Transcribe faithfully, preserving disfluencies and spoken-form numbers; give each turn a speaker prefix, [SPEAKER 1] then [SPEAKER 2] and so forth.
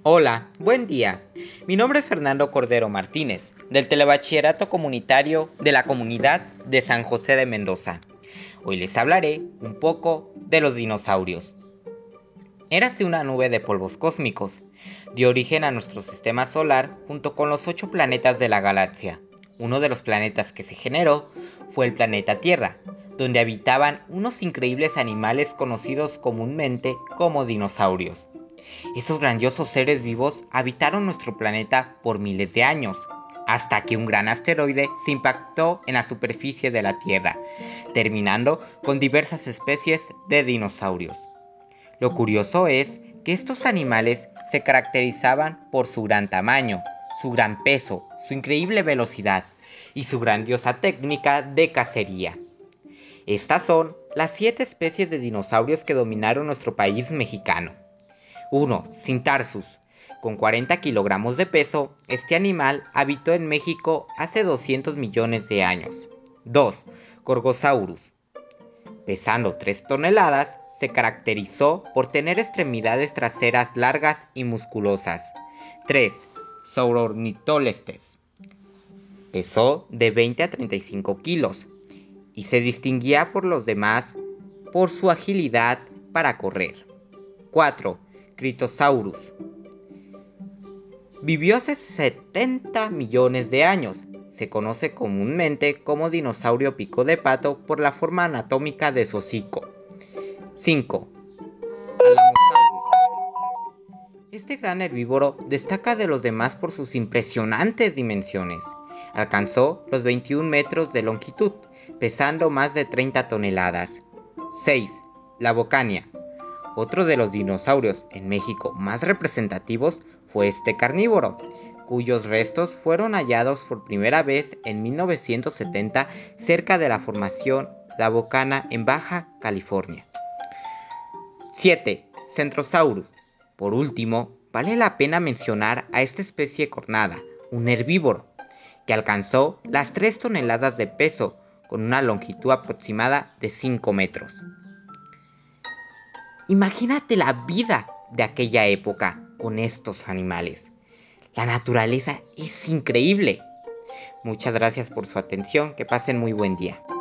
[SPEAKER 1] Hola, buen día. Mi nombre es Fernando Cordero Martínez, del Telebachillerato Comunitario de la Comunidad de San José de Mendoza. Hoy les hablaré un poco de los dinosaurios. Érase una nube de polvos cósmicos. Dio origen a nuestro sistema solar junto con los ocho planetas de la galaxia. Uno de los planetas que se generó fue el planeta Tierra, donde habitaban unos increíbles animales conocidos comúnmente como dinosaurios. Esos grandiosos seres vivos habitaron nuestro planeta por miles de años, hasta que un gran asteroide se impactó en la superficie de la Tierra, terminando con diversas especies de dinosaurios. Lo curioso es que estos animales se caracterizaban por su gran tamaño, su gran peso, su increíble velocidad y su grandiosa técnica de cacería. Estas son las siete especies de dinosaurios que dominaron nuestro país mexicano. uno. Cintarsus. Con cuarenta kilogramos de peso, este animal habitó en México hace doscientos millones de años. dos. Gorgosaurus. Pesando tres toneladas, se caracterizó por tener extremidades traseras largas y musculosas. tres. Saurornitolestes. Pesó de veinte a treinta y cinco kilos y se distinguía por los demás por su agilidad para correr. cuatro. Critosaurus. Vivió hace setenta millones de años. Se conoce comúnmente como dinosaurio pico de pato por la forma anatómica de su hocico. cinco. Alamosaurus. Este gran herbívoro destaca de los demás por sus impresionantes dimensiones. Alcanzó los veintiún metros de longitud, pesando más de treinta toneladas. seis. La Bocania. Otro de los dinosaurios en México más representativos fue este carnívoro, cuyos restos fueron hallados por primera vez en mil novecientos setenta cerca de la formación La Bocana en Baja California. siete. Centrosaurus. Por último, vale la pena mencionar a esta especie cornada, un herbívoro, que alcanzó las tres toneladas de peso con una longitud aproximada de cinco metros. Imagínate la vida de aquella época con estos animales. La naturaleza es increíble. Muchas gracias por su atención. Que pasen muy buen día.